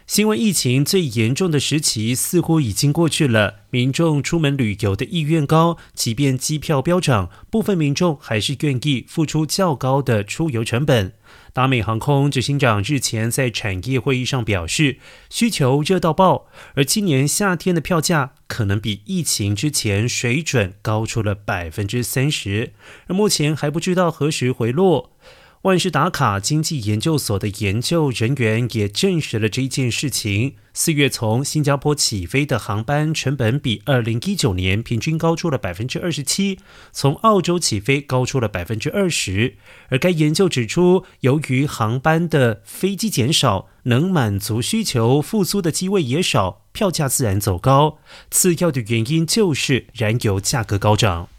新冠疫情最严重的时期似乎已经过去了，民众出门旅游的意愿高，即便机票飙涨，部分民众还是愿意付出较高的出游成本。达美航空执行长日前在产业会议上表示，需求热到爆，而今年夏天的票价可能比疫情之前水准高出了 30%， 而目前还不知道何时回落。万事达卡经济研究所的研究人员也证实了这件事情。4月从新加坡起飞的航班成本比2019年平均高出了 27%， 从澳洲起飞高出了 20%。 而该研究指出，由于航班的飞机减少，能满足需求复苏的机位也少，票价自然走高。次要的原因就是燃油价格高涨。